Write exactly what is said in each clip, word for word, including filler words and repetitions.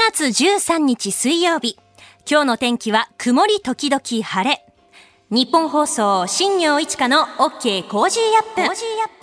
がつじゅうさんにち水曜日、今日の天気は曇り時々晴れ。日本放送新業一華の OK コージーアップ。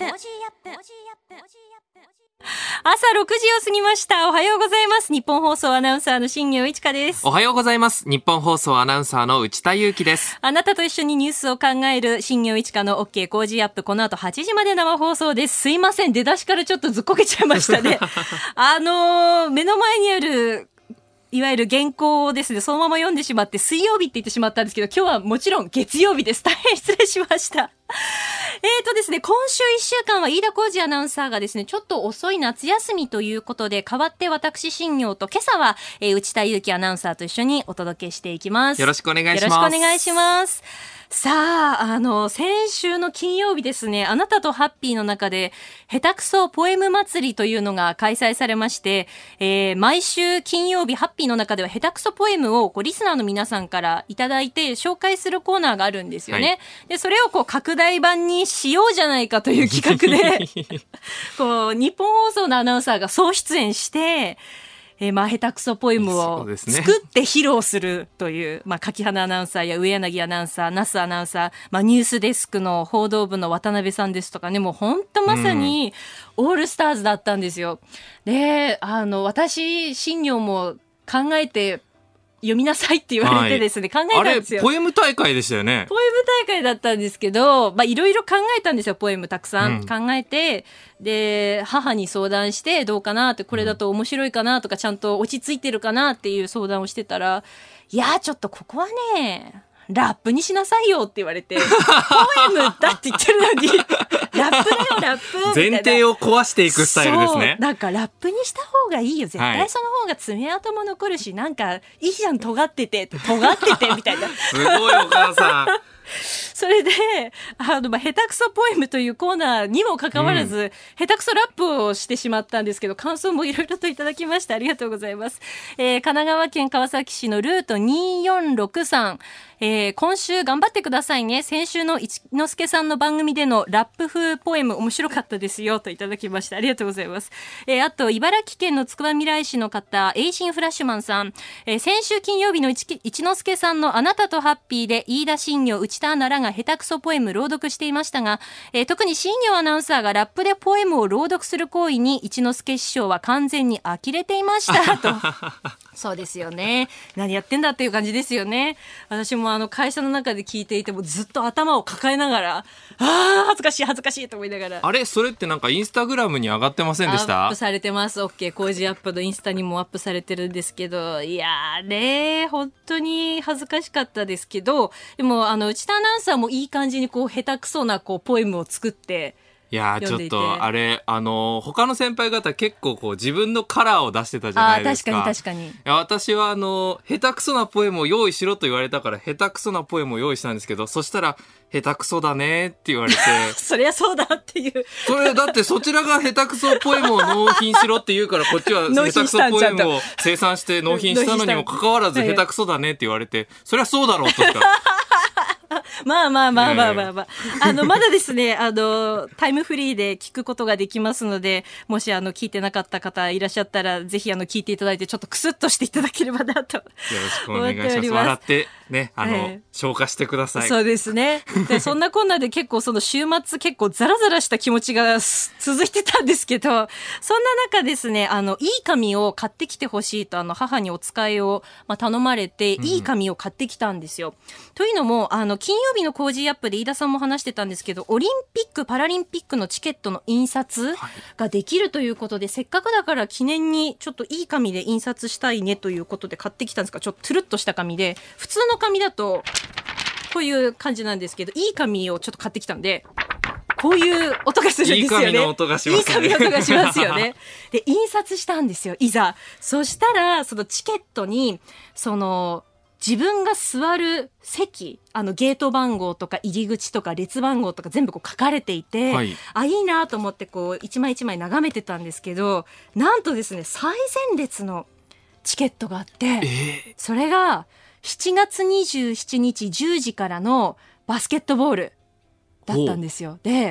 朝ろくじを過ぎました。おはようございます。日本放送アナウンサーの新業一華です。 おはようございます。日本放送アナウンサーの内田裕樹です。 あなたと一緒にニュースを考える新業一華の OK コージーアップ、この後はちじまで生放送です。すいません、出だしからちょっとずっこけちゃいましたねあのー、目の前にあるいわゆる原稿をですね、そのまま読んでしまって水曜日って言ってしまったんですけど、今日はもちろん月曜日です。大変失礼しましたえーとですね、今週いっしゅうかんは飯田浩二アナウンサーがですね、ちょっと遅い夏休みということで、代わって私新業と今朝は、えー、内田裕樹アナウンサーと一緒にお届けしていきます。 よろしくお願いします。 よろしくお願いします。さあ、あの、先週の金曜日ですね、あなたとハッピーの中で、下手くそポエム祭りというのが開催されまして、えー、毎週金曜日、ハッピーの中では下手くそポエムをこうリスナーの皆さんからいただいて紹介するコーナーがあるんですよね。はい、で、それをこう拡大版にしようじゃないかという企画で、こう、日本放送のアナウンサーが総出演して、えー、まあ、下手くそポエムを作って披露するという、ね、まあ、柿花アナウンサーや上柳アナウンサー、那須アナウンサー、まあ、ニュースデスクの報道部の渡辺さんですとかね、もう本当まさにオールスターズだったんですよ。うん、で、あの、私、新業も考えて、読みなさいって言われてですね、はい、考えたんですよ。 あれ、ポエム大会でしたよね。 ポエム大会だったんですけど、まあ、いろいろ考えたんですよ、ポエムたくさん。うん、考えて、で、母に相談して、どうかなって、これだと面白いかなとか、ちゃんと落ち着いてるかなっていう相談をしてたら、いやー、ちょっとここはね、ラップにしなさいよって言われて、ポエムだって言ってるのに、ラップだよ、ラップみたいな。 前提を壊していくスタイルですね。 そう、なんかラップにした方がいいよ。絶対その方が爪痕も残るし、はい、なんか、いいじゃん、尖ってて、尖ってて、みたいな。 すごいお母さん。 それで、あの、まあ、下手くそポエムというコーナーにもかかわらず、うん、下手くそラップをしてしまったんですけど、感想もいろいろといただきまして、ありがとうございます。えー、神奈川県川崎市のルートにーよんろくさん、えー、今週頑張ってくださいね。先週の一之輔さんの番組でのラップ風ポエム面白かったですよといただきました。ありがとうございます。えー、あと、茨城県のつくばみらい市の方、エイジンフラッシュマンさん、えー、先週金曜日の一之輔さんのあなたとハッピーで飯田新業、内田アナらが下手くそポエム朗読していましたが、えー、特に新業アナウンサーがラップでポエムを朗読する行為に一之輔師匠は完全に呆れていましたと。そうですよね。何やってんだっていう感じですよね。私もあの会社の中で聞いていてもずっと頭を抱えながら、ああ恥ずかしい恥ずかしいと思いながら。 あれそれってなんかインスタグラムに上がってませんでした？ アップされてます。 OK 工事アップのインスタにもアップされてるんですけど、いやーね本当に恥ずかしかったですけど、でもあの内田アナウンサーもいい感じにこう下手くそなこうポエムを作って、 いやちょっとあれあの他の先輩方結構こう自分のカラーを出してたじゃないですか。 あ、確かに確かに。いや私はあの下手くそなポエムを用意しろと言われたから下手くそなポエムを用意したんですけど、そしたら下手くそだねって言われてそりゃそうだっていう。 それだってそちらが下手くそポエムを納品しろって言うから、こっちは下手くそポエムを生産して納品したのにもかかわらず下手くそだねって言われて、そりゃそうだろうとしかまあまあまあまあまあまあ、えー、あのまだですね、あのタイムフリーで聞くことができますので、もしあの聞いてなかった方いらっしゃったらぜひあの聞いていただいて、ちょっとクスッとしていただければなと。よろしくお願いします。笑ってね、あの、えー、消化してください。 そうですね。でそんなこんなで結構その週末結構ザラザラした気持ちが続いてたんですけど、そんな中ですね、あのいい紙を買ってきてほしいとあの母にお使いを、まあ、頼まれて、いい紙を買ってきたんですよ。うん、というのもあの金曜日のコージーアップで飯田さんも話してたんですけど、オリンピックパラリンピックのチケットの印刷ができるということで、はい、せっかくだから記念にちょっといい紙で印刷したいねということで買ってきたんですが、ちょっとトゥルッとした紙で、普通の紙だとこういう感じなんですけど、いい紙をちょっと買ってきたんでこういう音がするんですよね。 いい紙の音がしますね。 いい紙の音がしますよね。で印刷したんですよ、いざ。そしたらそのチケットにその自分が座る席、あのゲート番号とか入り口とか列番号とか全部こう書かれていて、はい、あいいなと思ってこう一枚一枚眺めてたんですけど、なんとですね最前列のチケットがあって、えー、それがしちがつにじゅうしちにちじゅうじからのバスケットボールだったんですよ。で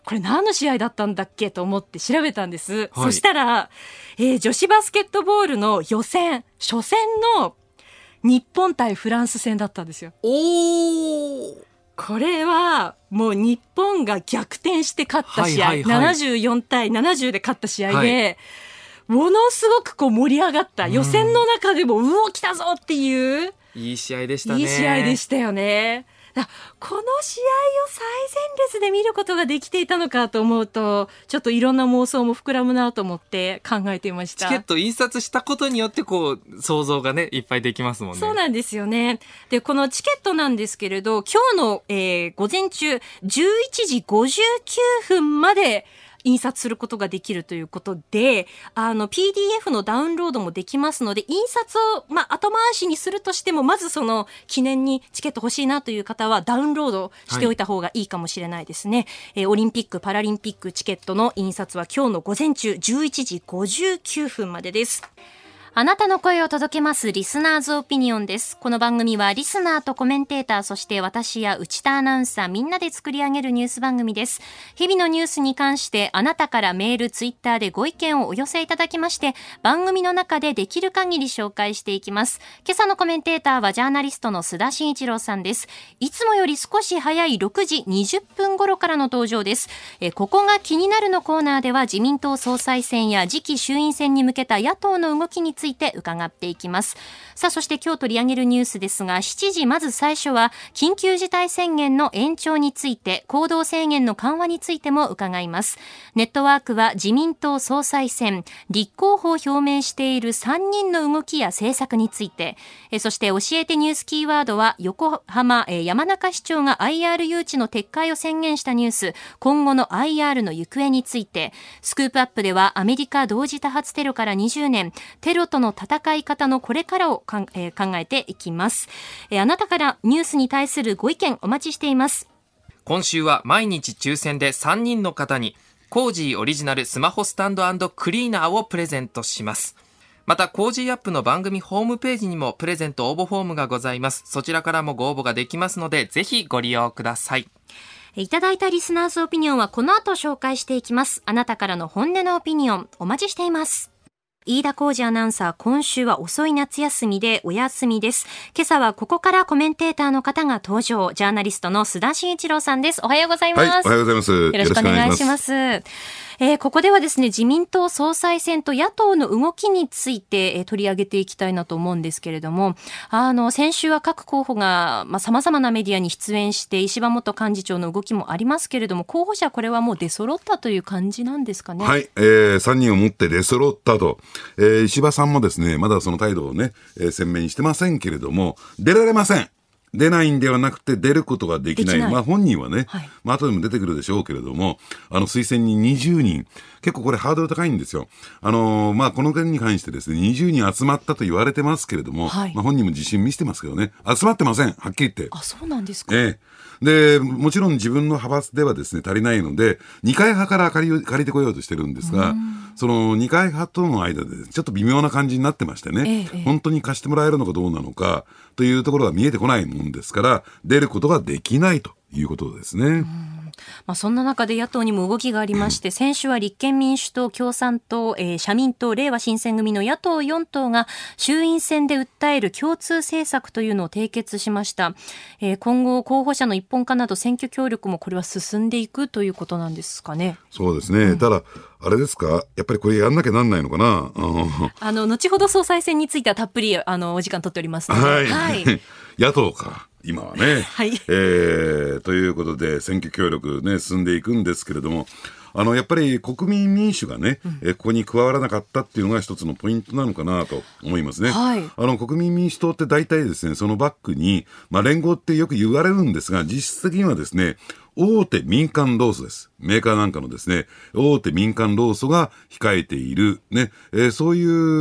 これ何の試合だったんだっけと思って調べたんです、 はい、 そしたら、えー、女子バスケットボールの予選初戦の日本対フランス戦だったんですよ。 おー、 これはもう日本が逆転して勝った試合、はいはいはい、ななじゅうよんたいななじゅうで勝った試合で、はい、ものすごくこう盛り上がった、予選の中でもうお来たぞっていういい試合でしたね。 いい試合でしたよね。この試合を最前列で見ることができていたのかと思うと、ちょっといろんな妄想も膨らむなと思って考えていました。 チケット印刷したことによってこう想像がねいっぱいできますもんね。 そうなんですよね。でこのチケットなんですけれど、今日の、えー、午前中じゅういちじごじゅうきゅうふんまで印刷することができるということで、あの ピーディーエフ のダウンロードもできますので、印刷を、まあ、後回しにするとしても、まずその記念にチケット欲しいなという方はダウンロードしておいた方がいいかもしれないですね、はい、えー、オリンピック・パラリンピックチケットの印刷は今日の午前中じゅういちじごじゅうきゅうふんまでです。あなたの声を届けますリスナーズオピニオンです。この番組はリスナーとコメンテーター、そして私や内田アナウンサーみんなで作り上げるニュース番組です。日々のニュースに関してあなたからメール、ツイッターでご意見をお寄せいただきまして、番組の中でできる限り紹介していきます。今朝のコメンテーターはジャーナリストの須田慎一郎さんです。いつもより少し早いろくじにじゅっぷん頃からの登場です。えここが気になるのコーナーでは、自民党総裁選や次期衆院選に向けた野党の動きについて伺っていきます。さあ、そして今日取り上げるニュースですが、しちじまず最初は緊急事態宣言の延長について、行動制限の緩和についても伺います。ネットワークは自民党総裁選、立候補を表明しているさんにんの動きや政策について、えそして教えてニュースキーワードは横浜、え山中市長が アイアール 誘致の撤回を宣言したニュース、今後の アイアール の行方について、スクープアップではアメリカ同時多発テロからにじゅうねん、テロとの戦い方のこれからをかん、えー、考えていきます、えー、あなたからニュースに対するご意見お待ちしています。 今週は毎日抽選でさんにんの方にコージーオリジナルスマホスタンド&クリーナーをプレゼントします。またコージーアップの番組ホームページにもプレゼント応募フォームがございます。そちらからもご応募ができますので、ぜひご利用ください。 いただいたリスナーズオピニオンはこの後紹介していきます。あなたからの本音のオピニオンお待ちしています。飯田浩二アナウンサー、今週は遅い夏休みでお休みです。今朝はここからコメンテーターの方が登場。ジャーナリストの須田慎一郎さんです。おはようございます。 はい、おはようございます。よろしくお願いします。えー、ここではですね、自民党総裁選と野党の動きについて、えー、取り上げていきたいなと思うんですけれども、あの先週は各候補がまあ様々なメディアに出演して、石破元幹事長の動きもありますけれども、候補者これはもう出揃ったという感じなんですかね。 はい、えー、さんにんをもって出揃ったと、えー、石破さんもですね、まだその態度をね、えー、鮮明にしてませんけれども、出られません。出ないんではなくて出ることができない。できない。まあ本人はね、はい、まあ後でも出てくるでしょうけれども、あの推薦人にじゅうにん、結構これハードル高いんですよ。あのー、まあこの件に関してですね、にじゅうにん集まったと言われてますけれども、はい、まあ本人も自信見せてますけどね、集まってません。はっきり言って。 あ、そうなんですか。 ええ。で、もちろん自分の派閥ではですね、足りないので、二階派から借り、借りてこようとしてるんですが、その二階派との間でちょっと微妙な感じになってましてね、ええ、本当に貸してもらえるのかどうなのかというところが見えてこないもんですから、出ることができないということですね。うんまあ、そんな中で野党にも動きがありまして、先週は立憲民主党、共産党、えー、社民党、れいわ新選組の野党よん党が衆院選で訴える共通政策というのを締結しました、えー、今後候補者の一本化など選挙協力もこれは進んでいくということなんですかね。 そうですね、うん、ただあれですか、やっぱりこれやんなきゃなんないのかな。 あの後ほど総裁選についてはたっぷりあのお時間取っておりますので、 はいはい、野党か今はね、はいえー、ということで選挙協力、ね、進んでいくんですけれども、あのやっぱり国民民主がね、うんえー、ここに加わらなかったっていうのが一つのポイントなのかなと思いますね、はい、あの国民民主党って大体ですね、そのバックに、まあ、連合ってよく言われるんですが、実質的にはですね、大手民間労組です。メーカーなんかのですね、大手民間労組が控えている、ねえー、そういう、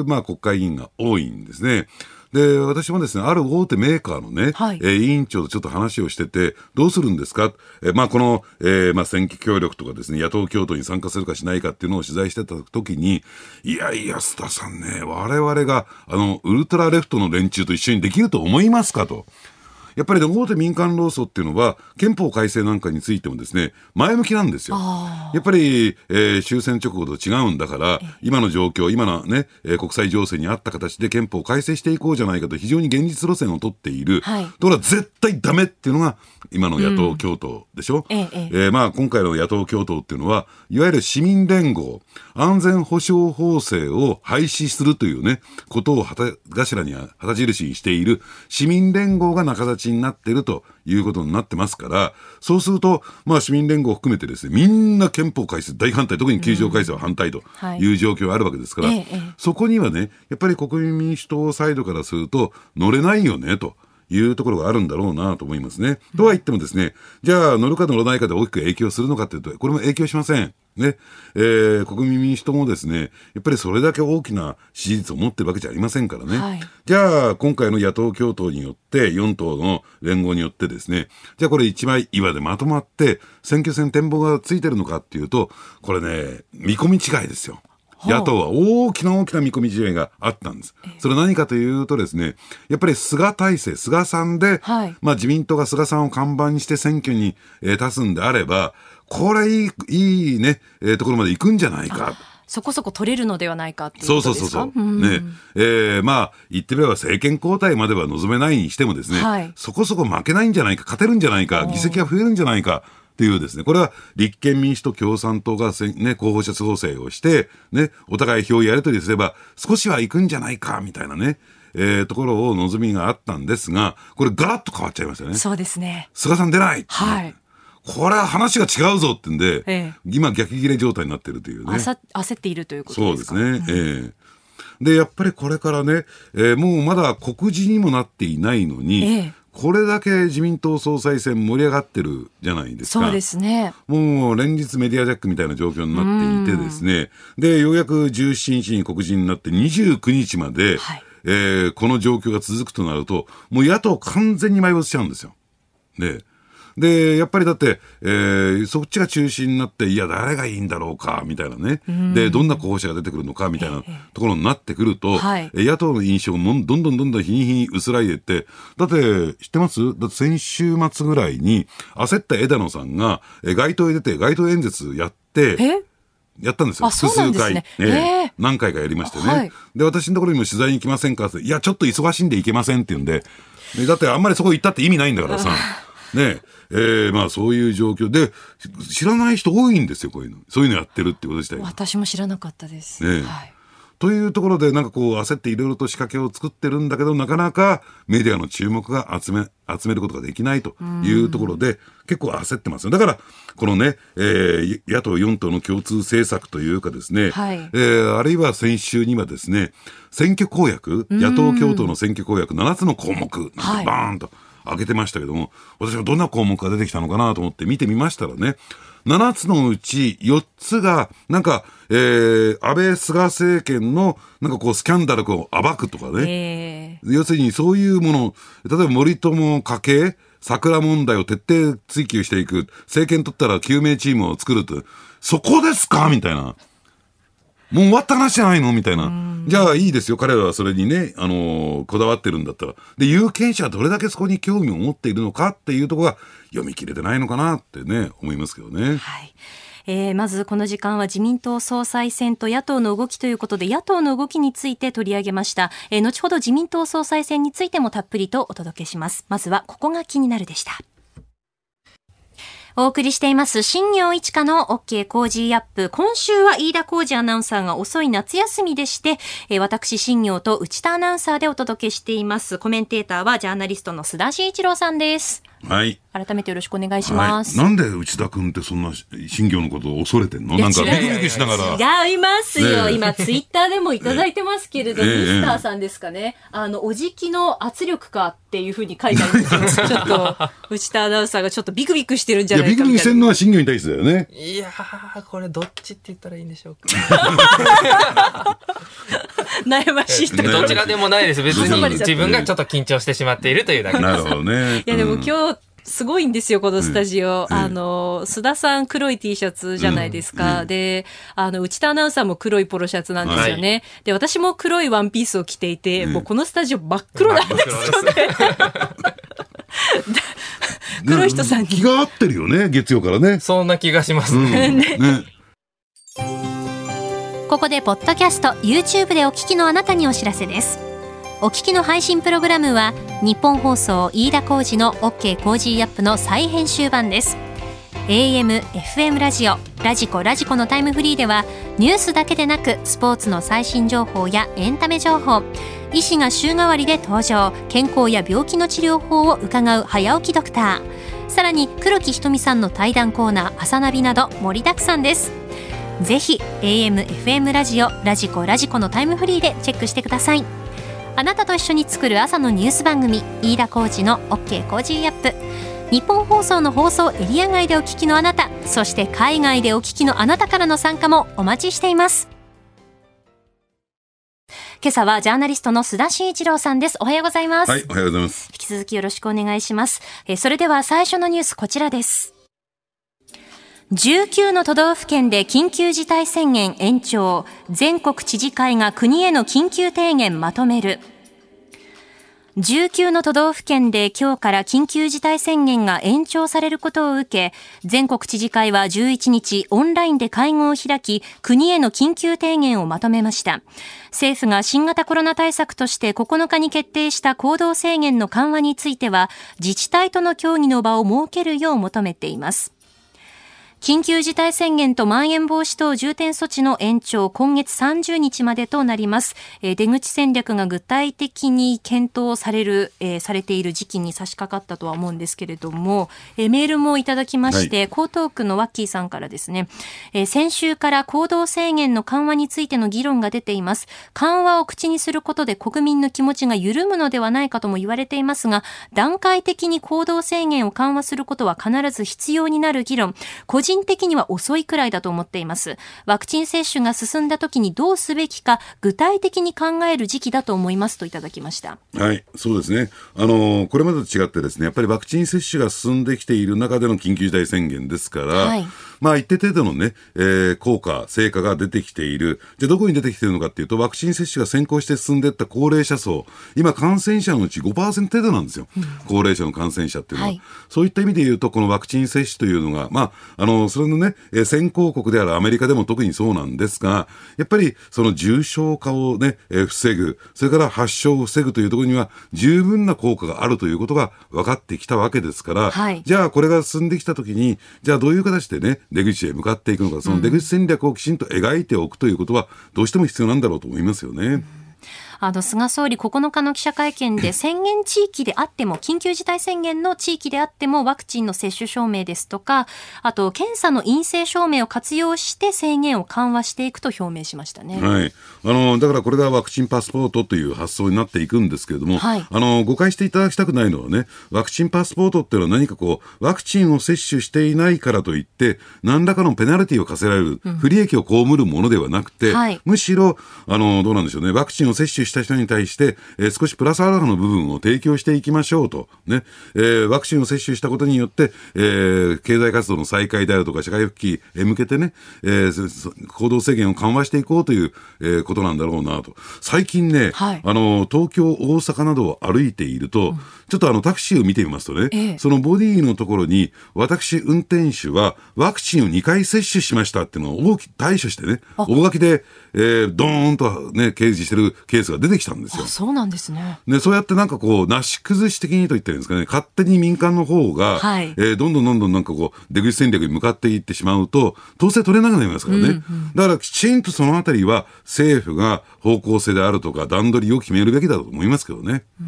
まあ、国会議員が多いんですね。で、私もですね、ある大手メーカーのね、はい、えー、委員長とちょっと話をしてて、どうするんですか、えー、まあ、この、えー、まあ、選挙協力とかですね、野党共闘に参加するかしないかっていうのを取材してた時に、いやいや、須田さんね、我々が、あの、ウルトラレフトの連中と一緒にできると思いますかと。 やっぱり、ね、大手民間労組っていうのは憲法改正なんかについてもですね前向きなんですよ。やっぱり、えー、終戦直後と違うんだから今の状況今の、ねえー、国際情勢に合った形で憲法を改正していこうじゃないかと非常に現実路線を取っている、はい、ところが絶対ダメっていうのが今の野党共闘でしょ、うんえええーまあ、今回の野党共闘っていうのはいわゆる市民連合安全保障法制を廃止するというねことを旗頭に旗印にしている市民連合が仲立ちになっているということになってますから、そうすると、まあ、市民連合を含めてですねみんな憲法改正大反対、特にきゅう条改正は反対という状況があるわけですから、うんはい、そこにはねやっぱり国民民主党サイドからすると乗れないよねというところがあるんだろうなと思いますね。うん、とは言ってもですね、じゃあ乗るか乗らないかで大きく影響するのかというと、これも影響しません。ね、えー、国民民主党もですね、やっぱりそれだけ大きな支持率を持ってるわけじゃありませんからね。はい、じゃあ今回の野党共闘によって、よん党の連合によってですね、じゃあこれ一枚岩でまとまって選挙戦展望がついてるのかっていうと、これね、見込み違いですよ。野党は大きな大きな見込み違いがあったんです。それは何かというとですね、やっぱり菅体制、菅さんで、はい、まあ自民党が菅さんを看板にして選挙に、えー、立つんであれば、これいい、いいね、えー、ところまで行くんじゃないか。 そこそこ取れるのではないかっていうことですか。そうそうそうそう。 ね、えー、まあ言ってみれば政権交代までは望めないにしてもですね、はい、そこそこ負けないんじゃないか、勝てるんじゃないか、議席が増えるんじゃないか。っていうですね、これは立憲民主と共産党が、ね、候補者調整をして、ね、お互い票をやり取りすれば少しは行くんじゃないかみたいなね、えー、ところを望みがあったんですが、これガラッと変わっちゃいましたね。 そうですね。 菅さん出ない、 はい。 これは話が違うぞってんで、ええ、今逆切れ状態になってるというね。 焦っているということですか。 そうですね。うん、ええ。で、やっぱりこれからね、えー、もうまだ告示にもなっていないのに、ええ、これだけ自民党総裁選盛り上がってるじゃないですか。 そうですね。 もう連日メディアジャックみたいな状況になっていてですね。で、ようやくじゅうしちにちに告示になってにじゅうくにちまで、はい、えー、この状況が続くとなると、もう野党完全に埋没しちゃうんですよ。で、で、やっぱりだって、えー、そっちが中心になって、いや、誰がいいんだろうか、みたいなね。で、どんな候補者が出てくるのか、みたいなところになってくると、はい、野党の印象もどんどんどんどん日に日に薄らいでいって、だって、知ってます？だって先週末ぐらいに、焦った枝野さんが、街頭へ出て、街頭演説やって、やったんですよ。複数回、ねえー、何回かやりましてね、はい。で、私のところにも取材に来ませんかって、いや、ちょっと忙しいんで行けませんって言うんで、だってあんまりそこ行ったって意味ないんだからさ。ねえー、まあそういう状況で知らない人多いんですよ、こういうのそういうのやってるってこと自体。 私も知らなかったです、 ねはい、というところでなんかこう焦っていろいろと仕掛けを作ってるんだけどなかなかメディアの注目が集め集めることができないというところで結構焦ってますよ。だからこのね、えー、野党よん党の共通政策というかですね、はいえー、あるいは先週にはですね選挙公約野党共闘の選挙公約ななつの項目なんてバーンと、はい上げてましたけども、私はどんな項目が出てきたのかなと思って見てみましたらね、ななつのうちよっつが、なんか、えー、安倍菅政権の、なんかこう、スキャンダルを暴くとかね。えー、要するにそういうもの、例えば森友家系、桜問題を徹底追及していく、政権取ったら救命チームを作ると、そこですかみたいな。もう終わった話じゃないのみたいな。じゃあいいですよ。彼らはそれにね、あのー、こだわってるんだったら。で、有権者はどれだけそこに興味を持っているのかっていうところが読み切れてないのかなってね、思いますけどね。 はい。えー、まずこの時間は自民党総裁選と野党の動きということで野党の動きについて取り上げました。えー、後ほど自民党総裁選についてもたっぷりとお届けします。まずはここが気になるでした。お送りしています新業一華の OK 工事アップ。今週は飯田浩二アナウンサーが遅い夏休みでして、えー、私新業と内田アナウンサーでお届けしています。コメンテーターはジャーナリストの須田慎一郎さんです。 はい。 改めてよろしくお願いします。 はい、なんで内田君ってそんな新業のことを恐れてんの？なんかビクビクしながら。違いますよ。ね、今ツイッターでもいただいてますけれど、ね、ミスターさんですかね。あのおじきの圧力かっていうふうに書いてあるんですよ。ちょっと内田アナウンサーがちょっとビクビクしてるんじゃないかみたいな。 いやビクビクしてるのは新業に対してだよね。 いやーこれどっちって言ったらいいんでしょうか。 悩ましいとどちらでもないです。別に自分がちょっと緊張してしまっているというだけです。 なるほどね。 いやでも今日すごいんですよ、このスタジオ。うん、あの、須田さん黒い T シャツじゃないですか。うん、で、あの、内田アナウンサーも黒いポロシャツなんですよね。はい、で、私も黒いワンピースを着ていて、うん、もうこのスタジオ真っ黒なんですよね。 黒人さんに気が合ってるよね、月曜からね。 そんな気がしますね。 うんねここでポッドキャスト YouTube でお聞きのあなたにお知らせです。お聞きの配信プログラムは日本放送飯田浩司の OK コージーアップの再編集版です。 エーエム、エフエム ラジオ、ラジコラジコのタイムフリーではニュースだけでなくスポーツの最新情報やエンタメ情報、医師が週替わりで登場、健康や病気の治療法を伺う早起きドクター、さらに黒木ひとみさんの対談コーナー朝ナビなど盛りだくさんです。ぜひ エーエム、エフエム ラジオ、ラジコラジコのタイムフリーでチェックしてください。あなたと一緒に作る朝のニュース番組、飯田浩司の OK コージーアップ。日本放送の放送エリア外でお聞きのあなた、そして海外でお聞きのあなたからの参加もお待ちしています。今朝はジャーナリストの須田慎一郎さんです。おはようございます。 はい、おはようございます。 引き続きよろしくお願いします。えそれでは最初のニュースこちらです。じゅうきゅうの都道府県で緊急事態宣言延長、全国知事会が国への緊急提言まとめる。じゅうきゅうの都道府県で今日から緊急事態宣言が延長されることを受け、全国知事会はじゅういちにちオンラインで会合を開き、国への緊急提言をまとめました。政府が新型コロナ対策としてここのかに決定した行動制限の緩和については、自治体との協議の場を設けるよう求めています。緊急事態宣言とまん延防止等重点措置の延長、今月さんじゅうにちまでとなります。えー、出口戦略が具体的に検討される、えー、されている時期に差し掛かったとは思うんですけれども、えー、メールもいただきまして、はい、江東区のワッキーさんからですね、えー、先週から行動制限の緩和についての議論が出ています。緩和を口にすることで国民の気持ちが緩むのではないかとも言われていますが、段階的に行動制限を緩和することは必ず必要になる議論、個人個人的には遅いくらいだと思っています。ワクチン接種が進んだ時にどうすべきか具体的に考える時期だと思いますといただきました。 はい、そうですね。あのこれまでと違ってですね、やっぱりワクチン接種が進んできている中での緊急事態宣言ですから、はい、まあ一定程度のね、えー、効果成果が出てきている。じゃあどこに出てきているのかっていうと、ワクチン接種が先行して進んでいった高齢者層、今感染者のうち ごパーセント 程度なんですよ、うん、高齢者の感染者っていうのは、はい、そういった意味で言うとこのワクチン接種というのが、まああのそれのね、えー、先行国であるアメリカでも特にそうなんですが、やっぱりその重症化をね、えー、防ぐ、それから発症を防ぐというところには十分な効果があるということが分かってきたわけですから、はい、じゃあこれが進んできたときに、じゃあどういう形でね出口へ向かっていくのか、その出口戦略をきちんと描いておくということはどうしても必要なんだろうと思いますよね。うん、 あの菅総理ここのかの記者会見で宣言地域であっても緊急事態宣言の地域であってもワクチンの接種証明ですとか、あと検査の陰性証明を活用して制限を緩和していくと表明しましたね。 はい、あのだからこれがワクチンパスポートという発想になっていくんですけれども、はい、あの誤解していただきたくないのはね、ワクチンパスポートっていうのは何かこうワクチンを接種していないからといって何らかのペナルティを課せられる、うん、不利益を被るものではなくて、はい、むしろあのどうなんでしょうね、ワクチンを接種した人に対して、えー、少しプラスアルファの部分を提供していきましょうと、ねえー、ワクチンを接種したことによって、えー、経済活動の再開であるとか社会復帰へ向けてね、えー、行動制限を緩和していこうという、えー、ことなんだろうなと。最近ね、はい、あの東京大阪などを歩いていると、うん、ちょっとあのタクシーを見てみますとね、ええ、そのボディのところに私運転手はワクチンをにかい接種しましたっていうのを大き対処してね、大書きで、えー、ドーンとね掲示してるケースが出てきたんですよ。 あ、そうなんですね。 でそうやってなんかこうなし崩し的にと言ってるんですかね、勝手に民間の方が、はい、えー、どんどんどんどんなんかこう出口戦略に向かっていってしまうと統制取れなくなりますからね、うんうん、だからきちんとそのあたりは政府が方向性であるとか段取りを決めるべきだと思いますけどね。 うん、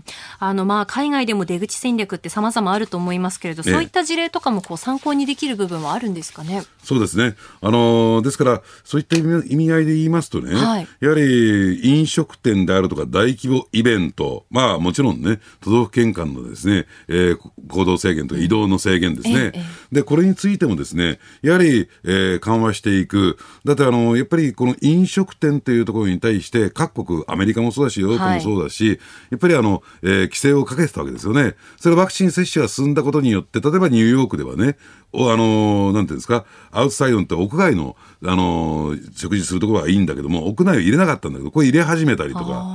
あのまあ海外でも出口戦略って様々あると思いますけれど、そういった事例とかもこう参考にできる部分はあるんですかね。 そうですね、あのー、ですからそういった意味、意味合いで言いますとね、はい、やはり飲食店であるとか大規模イベント、まあもちろんね都道府県間のですね、えー、行動制限とか移動の制限ですね、うん、ええ、でこれについてもですねやはり、えー、緩和していく。だってあのやっぱりこの飲食店というところに対して各国アメリカもそうだしヨーロッパもそうだし、はい、やっぱりあの、えー、規制をかけてたわけですよね。それワクチン接種が進んだことによって例えばニューヨークではね、おあのー、なんていうんですか、アウトサイドって屋外の、あのー、食事するところはいいんだけども屋内を入れなかったんだけどこれ入れ始めたりとか、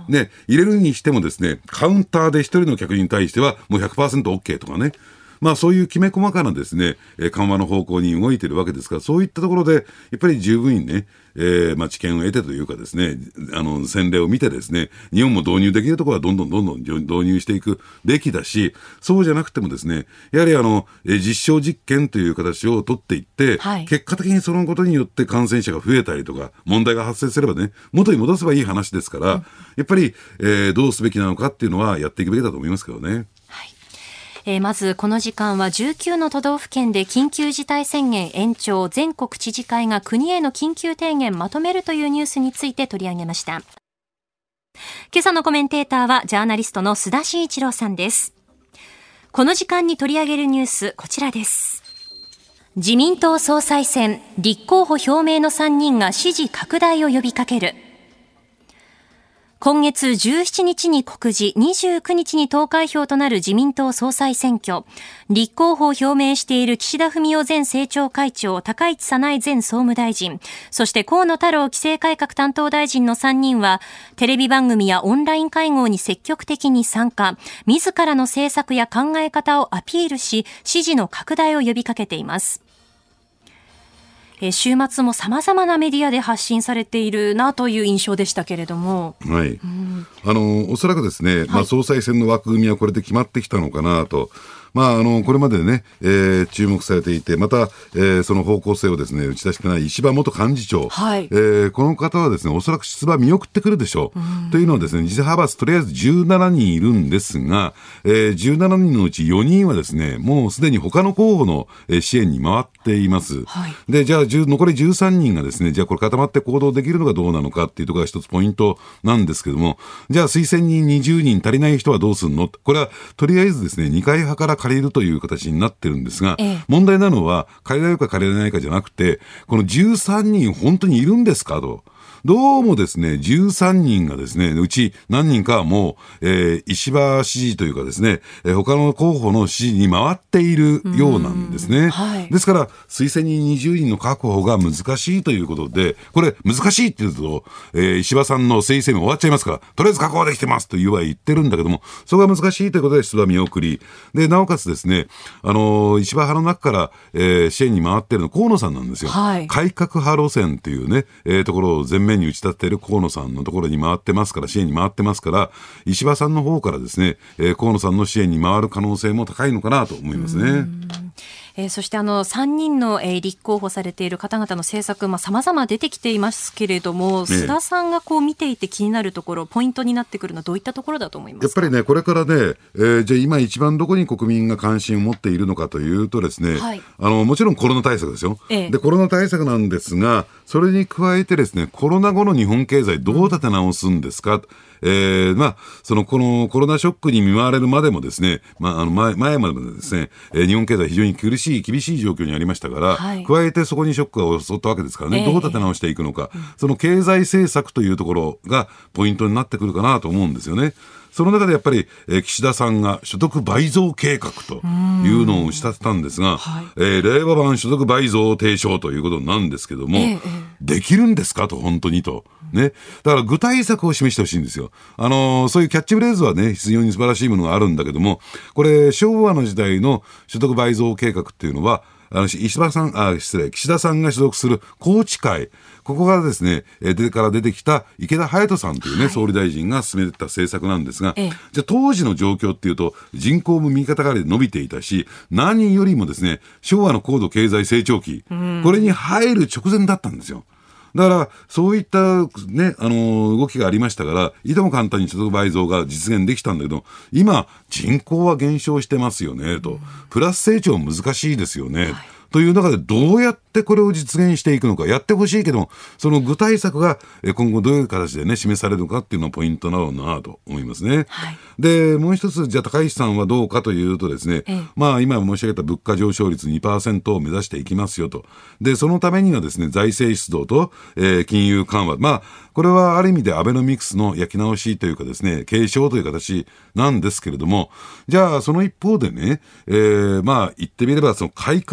ね、入れるにしてもですね、カウンターで一人の客に対してはもう ひゃくパーセントオーケー とかね、まあそういうきめ細かなですね、えー、緩和の方向に動いているわけですから、そういったところでやっぱり十分にね、えー、まあ知見を得てというかですね、あの先例を見てですね、日本も導入できるところはどんどんどんどん導入していくべきだし、そうじゃなくてもですね、やはりあの、えー、実証実験という形を取っていって、はい、結果的にそのことによって感染者が増えたりとか問題が発生すればね、元に戻せばいい話ですから、うん、やっぱり、えー、どうすべきなのかっていうのはやっていくべきだと思いますけどね。 えー、まずこの時間はじゅうきゅうの都道府県で緊急事態宣言延長、全国知事会が国への緊急提言まとめるというニュースについて取り上げました。今朝のコメンテーターはジャーナリストの須田慎一郎さんです。この時間に取り上げるニュース、こちらです。自民党総裁選、立候補表明のさんにんが支持拡大を呼びかける。今月じゅうしちにちに告示、にじゅうくにちに投開票となる自民党総裁選挙。立候補を表明している岸田文雄前政調会長、高市早苗前総務大臣、そして河野太郎規制改革担当大臣のさんにんは、テレビ番組やオンライン会合に積極的に参加、自らの政策や考え方をアピールし、支持の拡大を呼びかけています。えー、週末も様々なメディアで発信されているなという印象でしたけれども、 はい、うん、あのおそらくですね、はい、まあ、総裁選の枠組みはこれで決まってきたのかなと。まあ、あのこれまでね、えー、注目されていて、また、えー、その方向性をですね打ち出してない石破元幹事長、はい、えー、この方はですねおそらく出馬見送ってくるでしょう、うん、というのはですね、自派閥とりあえずじゅうななにんいるんですが、えー、じゅうななにんのうちよにんはですねもうすでに他の候補の支援に回っています、はい、でじゃあ残りじゅうさんにんがですね、じゃあこれ固まって行動できるのかどうなのかっていうところが一つポイントなんですけども、じゃあ推薦人にじゅうにん足りない人はどうするの、これはとりあえずですね二階派から借りるという形になってるんですが、ええ、問題なのは借りられるか借りられないかじゃなくて、このじゅうさんにん本当にいるんですかと。どうもですね、じゅうさんにんがですね、うち何人かはもう、えー、石破支持というかですね、えー、他の候補の支持に回っているようなんですね。はい、ですから、推薦人にじゅうにんの確保が難しいということで、これ難しいって言うと、えー、石破さんの推薦も終わっちゃいますから、とりあえず確保できてますというは言ってるんだけども、それが難しいということで出馬見送り。で、なおかつですね、あのー、石破派の中から、えー、支援に回っているの河野さんなんですよ。はい、改革派路線っていうね、えー、ところを前面に打ち立てている河野さんのところに回ってますから、支援に回ってますから、石破さんの方からですね、えー、河野さんの支援に回る可能性も高いのかなと思いますね。 えー、そしてあのさんにんの、えー、立候補されている方々の政策、まあ、様々出てきていますけれども、ね、須田さんがこう見ていて気になるところ、ポイントになってくるのはどういったところだと思いますか。 やっぱりね、これからね、えー、じゃあ今一番どこに国民が関心を持っているのかというとですね、はい、あのもちろんコロナ対策ですよ、ええ、でコロナ対策なんですが、それに加えてですね、コロナ後の日本経済どう立て直すんですか、うん、えー、まあ、その、このコロナショックに見舞われるまでもですね、まあ、あの前、前までもですね、えー、日本経済非常に苦しい、厳しい状況にありましたから、はい、加えてそこにショックが襲ったわけですからね、えー、どう立て直していくのか、うん、その経済政策というところがポイントになってくるかなと思うんですよね。その中でやっぱり、えー、岸田さんが所得倍増計画というのを打ち立てたんですが、はい、えー、令和版所得倍増提唱ということなんですけども、えー、できるんですかと、本当にと。ね。だから具体策を示してほしいんですよ。あのー、そういうキャッチフレーズはね、非常に素晴らしいものがあるんだけども、これ、昭和の時代の所得倍増計画っていうのは、あの石破さん、あ、失礼、岸田さんが所属する宏池会、ここがですね、えー、でから出てきた池田勇人さんというね、はい、総理大臣が進めた政策なんですが、ええ、じゃあ当時の状況っていうと、人口も右肩上がりで伸びていたし、何よりもですね、昭和の高度経済成長期、これに入る直前だったんですよ。だから、そういった、ね、あのー、動きがありましたから、いとも簡単に所得倍増が実現できたんだけど、今、人口は減少してますよね、と。プラス成長難しいですよね。はい、という中でどうやってこれを実現していくのか、やってほしいけども、その具体策が今後どういう形でね、示されるのかっていうのがポイントなのかなと思いますね。はい、で、もう一つ、じゃあ高市さんはどうかというとですね、ええ、まあ今申し上げた物価上昇率 にパーセント を目指していきますよと。で、そのためにはですね、財政出動と、えー、金融緩和。まあ、これはある意味でアベノミクスの焼き直しというかですね、継承という形なんですけれども、じゃあその一方でね、えー、まあ言ってみればその改革をど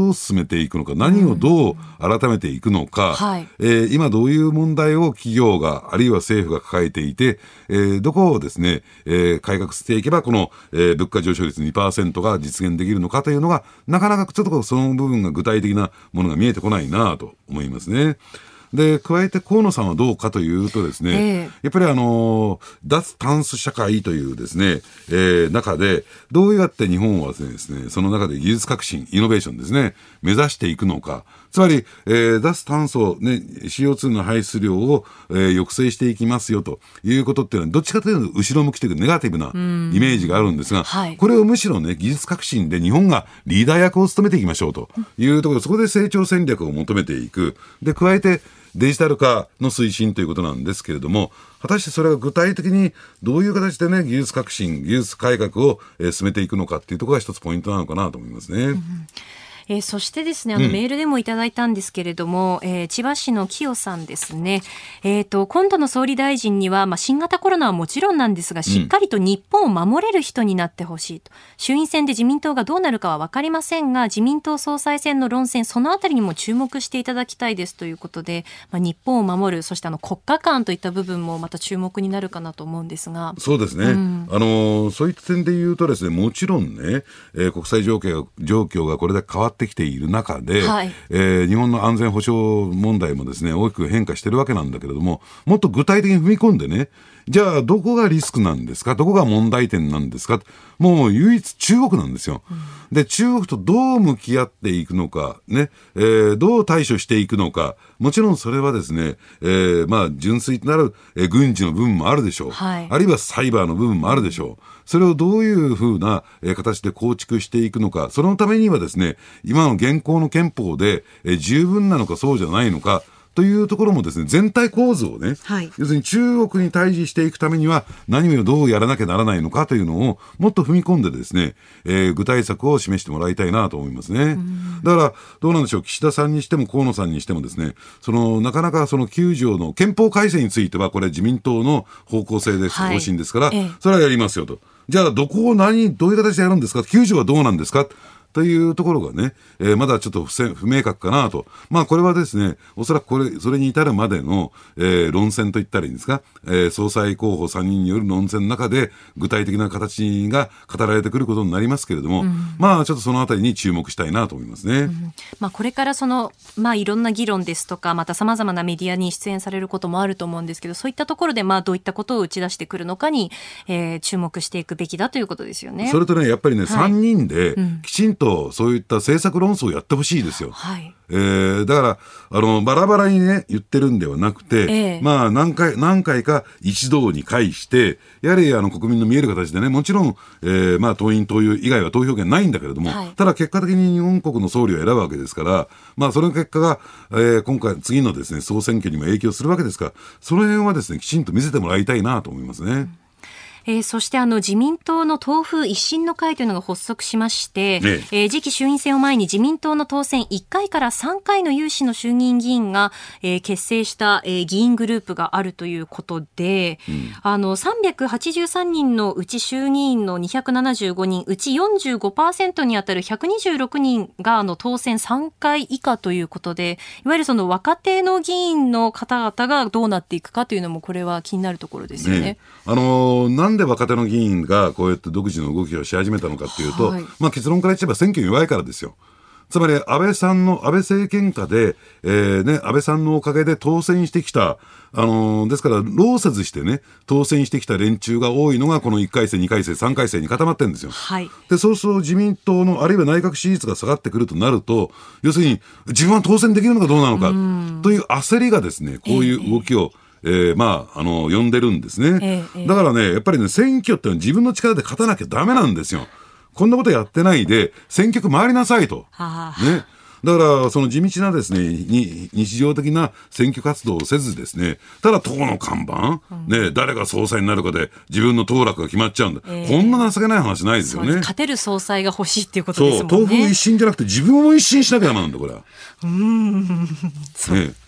どう進めていくのか、何をどう改めていくのか、うんはいえー、今どういう問題を企業があるいは政府が抱えていて、えー、どこをですね、えー、改革していけばこの、えー、物価上昇率 にパーセント が実現できるのかというのがなかなかちょっとその部分が具体的なものが見えてこないなと思いますね。で加えて河野さんはどうかというとですね、えー、やっぱりあの脱炭素社会というですね、えー、中でどうやって日本はですねその中で技術革新イノベーションですね目指していくのか、つまり、えー、脱炭素、ね、シーオーツー の排出量を、えー、抑制していきますよということっていうのはどっちかというと後ろ向きというかネガティブなイメージがあるんですが、はい、これをむしろね技術革新で日本がリーダー役を務めていきましょうというところで、そこで成長戦略を求めていく。で加えてデジタル化の推進ということなんですけれども、果たしてそれが具体的にどういう形でね技術革新技術改革を、えー、進めていくのかっていうところが一つポイントなのかなと思いますね。うんえー、そしてですね、あのメールでもいただいたんですけれども、うんえー、千葉市の清さんですね、えーと、今度の総理大臣には、まあ、新型コロナはもちろんなんですが、しっかりと日本を守れる人になってほしいと、うん、衆院選で自民党がどうなるかは分かりませんが、自民党総裁選の論戦、そのあたりにも注目していただきたいですということで、まあ、日本を守る、そしてあの国家観といった部分もまた注目になるかなと思うんですが。 そうですね、うん、あのそういった点で言うとですね、もちろんね、えー、国際状況、状況がこれで変わってきている中で、はいえー、日本の安全保障問題もですね大きく変化しているわけなんだけれども、もっと具体的に踏み込んでね、じゃあどこがリスクなんですか、どこが問題点なんですか、もう唯一中国なんですよ、うん、で中国とどう向き合っていくのか、ねえー、どう対処していくのか、もちろんそれはですね、えーまあ、純粋となる、えー、軍事の部分もあるでしょう、はい、あるいはサイバーの部分もあるでしょう。それをどういうふうな、えー、形で構築していくのか、そのためにはですね今の現行の憲法で、えー、十分なのかそうじゃないのかというところもですね、全体構図をね、はい、要するに中国に対峙していくためには何をどうやらなきゃならないのかというのをもっと踏み込んでですね、えー、具体策を示してもらいたいなと思いますね。だからどうなんでしょう、岸田さんにしても河野さんにしてもですね、そのなかなかそのきゅう条の憲法改正についてはこれ自民党の方向性です、はい、方針ですから、ええ、それはやりますよと。じゃあどこを何どういう形でやるんですか、きゅう条はどうなんですかというところがね、えー、まだちょっと 不, 不明確かなと。まあこれはですね、おそらくこれそれに至るまでの、えー、論戦といったらいいんですか、えー、総裁候補さんにんによる論戦の中で具体的な形が語られてくることになりますけれども、うん、まあちょっとそのあたりに注目したいなと思いますね。うんまあ、これからその、まあ、いろんな議論ですとか、また様々なメディアに出演されることもあると思うんですけど、そういったところでまあどういったことを打ち出してくるのかに、えー、注目していくべきだということですよね。 それとね、やっぱりね、はい、さんにんできちんとそういった政策論争をやってほしいですよ。はいえー、だからあのバラバラにね言ってるんではなくて、ええ、まあ何回何回か一堂に会してやはりあの国民の見える形でね、もちろん、えー、まあ党員党友以外は投票権ないんだけれども、はい、ただ結果的に日本国の総理を選ぶわけですから、まあその結果が、えー、今回次のですね総選挙にも影響するわけですから、その辺はですねきちんと見せてもらいたいなと思いますね。うんえー、そしてあの自民党の党風一新の会というのが発足しまして、ねえー、次期衆院選を前に自民党の当選いっかいからさんかいの有志の衆議院議員が、えー、結成した、えー、議員グループがあるということで、うん、あのさんびゃくはちじゅうさんにんのうち衆議院のにひゃくななじゅうごにんうち よんじゅうごパーセント にあたるひゃくにじゅうろくにんがあの当選さんかい以下ということで、いわゆるその若手の議員の方々がどうなっていくかというのもこれは気になるところですよね。ねあのー、なんで若手の議員がこうやって独自の動きをし始めたのかというと、はいまあ、結論から言っちゃえば選挙に弱いからですよ。つまり安倍さんの安倍政権下で、えーね、安倍さんのおかげで当選してきた、あのー、ですから労せずしてね当選してきた連中が多いのがこのいっかい生にかい生さんかい生に固まってるんですよ、はい、でそうすると自民党のあるいは内閣支持率が下がってくるとなると、要するに自分は当選できるのかどうなのかという焦りがですねこういう動きを、えーえー、まあ、あの、呼んでるんですね、ええ。だからね、やっぱりね、選挙ってのは自分の力で勝たなきゃダメなんですよ。こんなことやってないで、選挙区回りなさいと。はあ、ね。だから、その地道なですね、に日常的な選挙活動をせずですね、ただ党の看板、うん、ね、誰が総裁になるかで自分の当落が決まっちゃうんだ。えー、こんな情けない話ないですよね。 勝てる総裁が欲しいっていうことですもんね。 そう、党風一新じゃなくて自分も一新しなきゃダメなんだ、これは。うーん。 そう。ね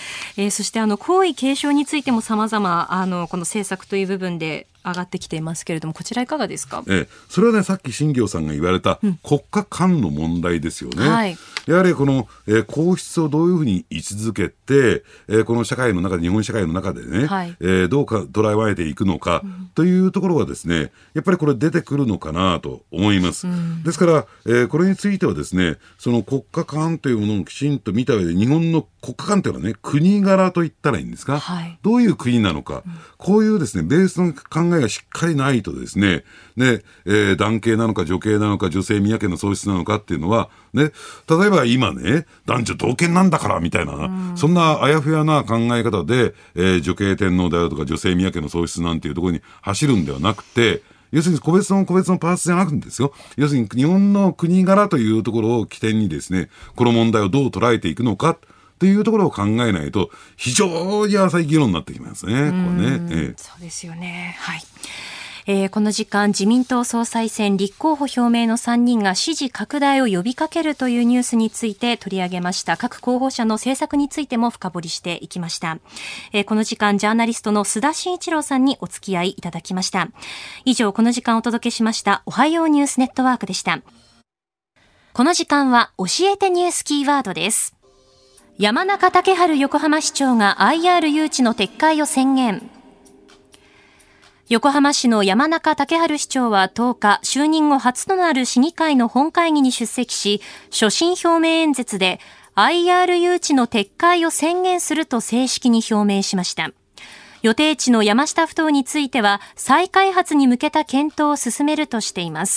えー、そしてあの皇位継承についても様々あのこの政策という部分で上がってきていますけれども、こちらいかがですか。 ええ、それはね、さっき新行さんが言われた国家間の問題ですよね、うん、はい、やはりこの、えー、皇室をどういうふうに位置づけて、えー、この社会の中で、日本社会の中でね、はい、えー、どうか捉えられていくのか、うん、というところがですね、やっぱりこれ出てくるのかなと思います、うん、ですから、えー、これについてはですね、その国家間というものをきちんと見た上で、日本の国家間というのはね、国柄と言ったらいいんですか、はい、どういう国なのか、うん、こういうですね、ベースの考えがしっかりないとですね、ね、えー、男系なのか女系なのか女性宮家の喪失なのかっていうのは、ね、例えば今ね、男女同権なんだからみたいな、うん、そんなあやふやな考え方で、えー、女系天皇であるとか女性宮家の喪失なんていうところに走るんではなくて、要するに個別の個別のパーツじゃなくてですよ、要するに日本の国柄というところを起点にですね、この問題をどう捉えていくのかというところを考えないと非常に浅い議論になってきますね。これね、ええ、 そうですよね。はい。えー、この時間、自民党総裁選立候補表明のさんにんが支持拡大を呼びかけるというニュースについて取り上げました。各候補者の政策についても深掘りしていきました。えー、この時間、ジャーナリストの須田慎一郎さんにお付き合いいただきました。以上、この時間お届けしましたおはようニュースネットワークでした。この時間は教えてニュースキーワードです。山中竹春横浜市長が アイアール 誘致の撤回を宣言。横浜市の山中竹春市長はとおか、就任後初となる市議会の本会議に出席し、所信表明演説で アイアール 誘致の撤回を宣言すると正式に表明しました。予定地の山下ふ頭については再開発に向けた検討を進めるとしています。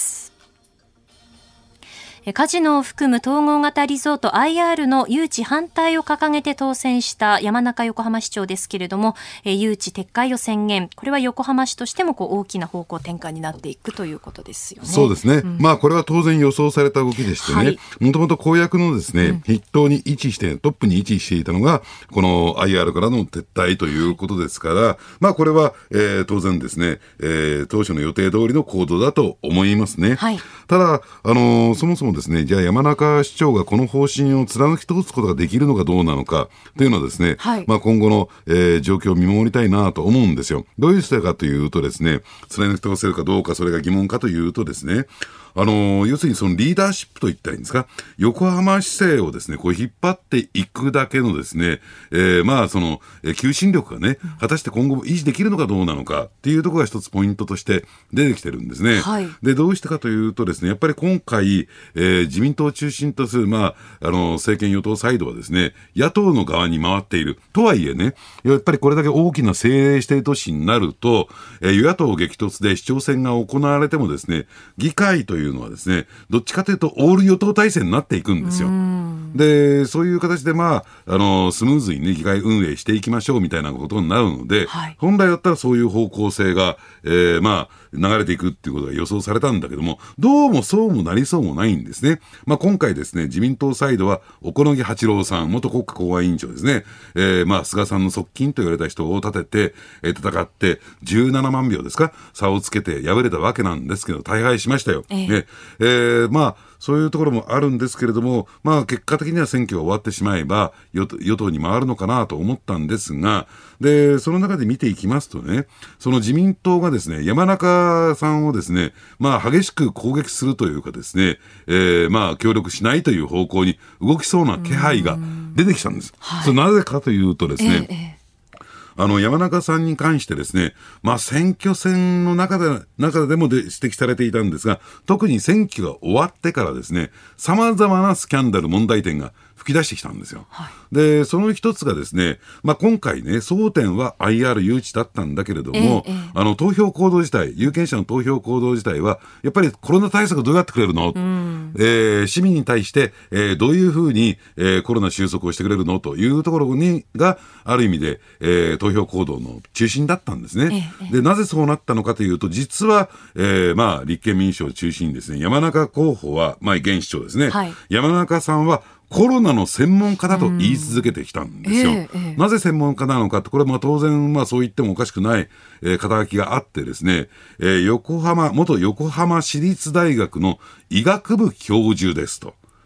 カジノを含む統合型リゾート アイアール の誘致反対を掲げて当選した山中横浜市長ですけれども、誘致撤回を宣言。これは横浜市としてもこう大きな方向転換になっていくということですよね。 そうですね、うん、まあこれは当然予想された動きでしてね、もともと公約のですね、うん、筆頭に位置してトップに位置していたのがこの アイアール からの撤退ということですから、はい、まあこれは、えー、当然ですね、えー、当初の予定通りの行動だと思いますね、はい、ただ、あのー、そもそもですね、じゃあ山中市長がこの方針を貫き通すことができるのかどうなのかというのはですね、はい、まあ、今後の、えー、状況を見守りたいなと思うんですよ。どういう人かというとですね、貫き通せるかどうか、それが疑問かというとですね、あのー、要するにそのリーダーシップといったらいいんですか、横浜市政をですね、こう引っ張っていくだけのですね、えー、まあその、えー、求心力がね、果たして今後も維持できるのかどうなのかっていうところが一つポイントとして出てきてるんですね。はい、で、どうしてかというとですね、やっぱり今回、えー、自民党を中心とする、まあ、あの、政権与党サイドはですね、野党の側に回っている。とはいえね、やっぱりこれだけ大きな政令指定都市になると、えー、与野党激突で市長選が行われてもですね、議会というのはですね、どっちかというとオール与党体制になっていくんですよ。で、そういう形でまあ、あの、スムーズにね、議会運営していきましょうみたいなことになるので、はい、本来だったらそういう方向性が、えー、まあ、流れていくっていうことが予想されたんだけども、どうもそうもなりそうもないんですね。まあ今回ですね、自民党サイドは小此木八郎さん、元国家公安委員長ですね、えー、まあ菅さんの側近と言われた人を立てて、えー、戦ってじゅうななまんひょうですか、差をつけて敗れたわけなんですけど、大敗しましたよ。えーねえー、まあそういうところもあるんですけれども、まあ結果的には選挙が終わってしまえば与党、与党に回るのかなと思ったんですが、で、その中で見ていきますとね、その自民党がですね、山中さんをですね、まあ激しく攻撃するというかですね、えー、まあ協力しないという方向に動きそうな気配が出てきたんです。はい、それなぜかというとですね、えーえーあの、山中さんに関してですね、まあ、選挙戦の中で、中でもで指摘されていたんですが、特に選挙が終わってからですね、様々なスキャンダル、問題点が吹き出してきたんですよ。はい、で、その一つがですね、まあ、今回ね、争点は アイアール 誘致だったんだけれども、ええ、あの、投票行動自体、有権者の投票行動自体は、やっぱりコロナ対策どうやってくれるの、うん、えー、市民に対して、えー、どういうふうに、えー、コロナ収束をしてくれるのというところに、が、ある意味で、えー、投票行動の中心だったんですね。ええ、で、なぜそうなったのかというと、実は、えー、まあ、立憲民主を中心にですね、山中候補は、まあ、現市長ですね。はい、山中さんは、コロナの専門家だと言い続けてきたんですよ。ええ、なぜ専門家なのかって、これはまあ当然まあそう言ってもおかしくない、えー、肩書きがあってですね、えー、横浜、元横浜市立大学の医学部教授ですと。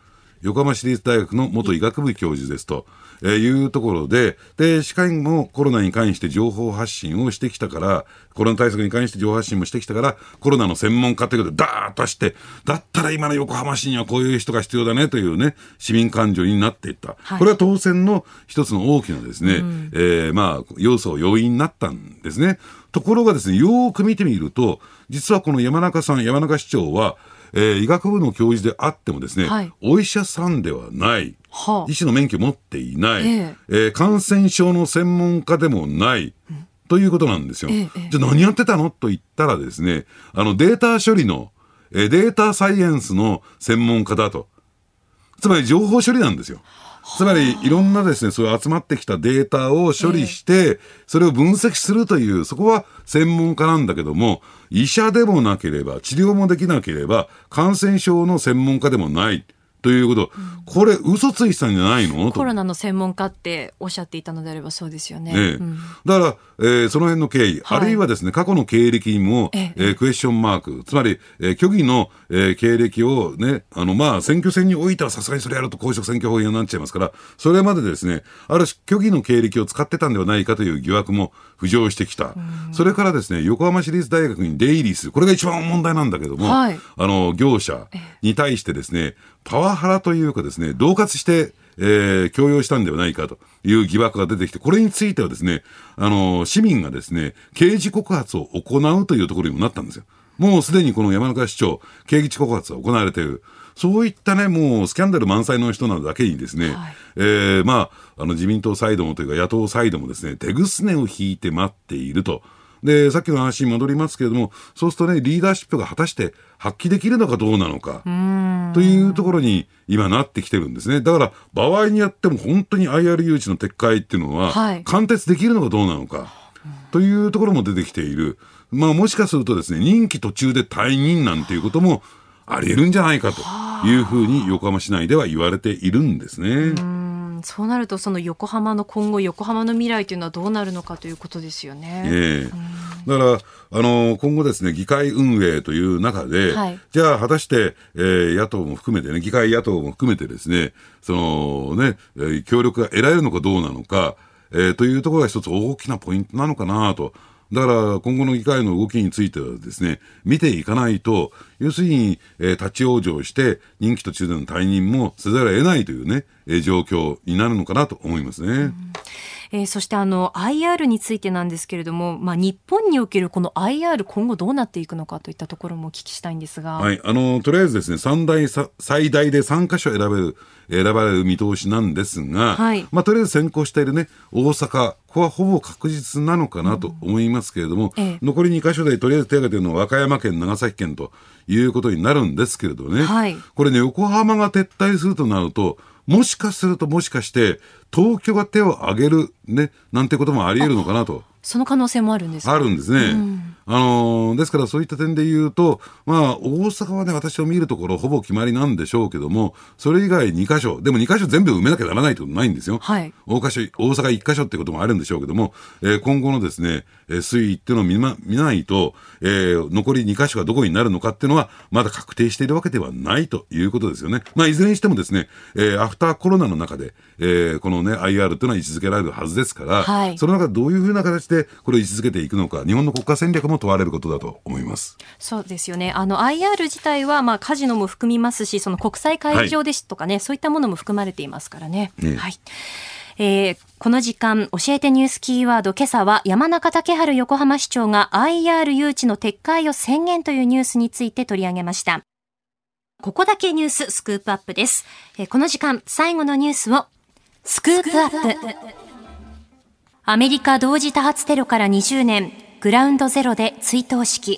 横浜市立大学の元医学部教授ですと、えー、いうところで、で、しかもコロナに関して情報発信をしてきたから、コロナ対策に関して情報発信もしてきたから、コロナの専門家ということでダーッとして、だったら今の横浜市にはこういう人が必要だねというね、市民感情になっていった。はい、これは当選の一つの大きなですね、うん、えー、まあ、要素、要因になったんですね。ところがですね、よーく見てみると、実はこの山中さん、山中市長は、えー、医学部の教授であってもですね、はい、お医者さんではない、はあ、医師の免許を持っていない、えーえー、感染症の専門家でもない、うん、ということなんですよ。えー、じゃあ何やってたのと言ったらですね、あのデータ処理の、えー、データサイエンスの専門家だと。つまり情報処理なんですよ。つまりいろんなですね、そういう集まってきたデータを処理して、それを分析するという、そこは専門家なんだけども、医者でもなければ、治療もできなければ、感染症の専門家でもない。ということ、うん、これ嘘ついてたんじゃないのと。 コロナの専門家っておっしゃっていたのであればそうですよね。 ね、うん、だから、えー、その辺の経緯、はい、あるいはですね、過去の経歴にも、ええー、クエスチョンマーク、つまり、えー、虚偽の、えー、経歴をね、あの、まあ、選挙戦においてはさすがにそれやると公職選挙法違反になっちゃいますから、それまでですね、ある種虚偽の経歴を使ってたんではないかという疑惑も浮上してきた。それからですね、横浜市立大学に出入りする、これが一番問題なんだけども、はい、あの、業者に対してですね、パワハラというかですね、恫喝して、えー、強要したんではないかという疑惑が出てきて、これについてはですね、あの、市民がですね、刑事告発を行うというところにもなったんですよ。もうすでにこの山中市長、刑事告発が行われている。そういったね、もうスキャンダル満載の人なだけにですね、はい、えー、まあ、あの自民党サイドもというか野党サイドもですね、手ぐすねを引いて待っていると。で、さっきの話に戻りますけれども、そうするとね、リーダーシップが果たして発揮できるのかどうなのか、というところに今なってきてるんですね。だから、場合によっても本当に アイアール 誘致の撤回っていうのは、貫徹できるのかどうなのか、というところも出てきている。まあ、もしかするとですね、任期途中で退任なんていうこともあり得るんじゃないかというふうに横浜市内では言われているんですね。 そうなるとその横浜の今後横浜の未来というのはどうなるのかということですよね。 ええ、だからあの今後ですね議会運営という中で、はい、じゃあ果たして、えー、野党も含めてね議会野党も含めてですねそのね、えー、協力が得られるのかどうなのか、えー、というところが一つ大きなポイントなのかなと。だから今後の議会の動きについてはですね見ていかないと要するに、えー、立ち往生して任期途中での退任もせざるを得ないというね、えー、状況になるのかなと思いますね。うんえー、そしてあの アイアール についてなんですけれども、まあ、日本におけるこの アイアール 今後どうなっていくのかといったところもお聞きしたいんですが、 はい、あのとりあえずですね三大さ最大でさんカ所選べる選ばれる見通しなんですが、はいまあ、とりあえず先行しているね大阪ここはほぼ確実なのかなと思いますけれども、うんええ、残りにカ所でとりあえず手が出るのは和歌山県長崎県ということになるんですけれどね、はい、これね横浜が撤退するとなるともしかするともしかして東京が手を挙げるねなんてこともあり得るのかなと。 その可能性もあるんですか。 あるんですね、うんあのー、ですからそういった点で言うと、まあ、大阪はね私を見るところほぼ決まりなんでしょうけどもそれ以外にカ所でもにカ所全部埋めなきゃならないってことないんですよ、はい、大, カ所大阪いっカ所ってこともあるんでしょうけども、えー、今後のですね、えー、推移っていうのを見、ま、見ないと、えー、残りにカ所がどこになるのかっていうのはまだ確定しているわけではないということですよね。まあ、いずれにしてもですね、えー、アフターコロナの中で、えー、このね アイアール っていうのは位置づけられるはずですから、はい、その中でどういうふうな形でこれを位置づけていくのか日本の国家戦略も問われることだと思います。 そうですよね。あの アイアール 自体はまあカジノも含みますしその国際会場ですとかね、はい、そういったものも含まれていますからね。ねはいえー、この時間教えてニュースキーワード今朝は山中竹春横浜市長が アイアール 誘致の撤回を宣言というニュースについて取り上げました。ここだけニューススクープアップです。えー、この時間最後のニュースをスクープアップ。アメリカ同時多発テロからにじゅうねんグラウンドゼロで追悼式。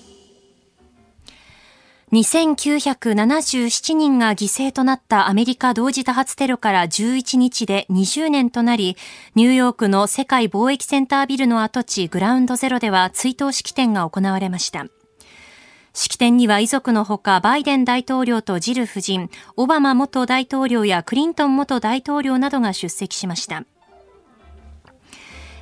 にせんきゅうひゃくななじゅうななにんが犠牲となったアメリカ同時多発テロからじゅういちにちでにじゅうねんとなり、ニューヨークの世界貿易センタービルの跡地グラウンドゼロでは追悼式典が行われました。式典には遺族のほかバイデン大統領とジル夫人、オバマ元大統領やクリントン元大統領などが出席しました。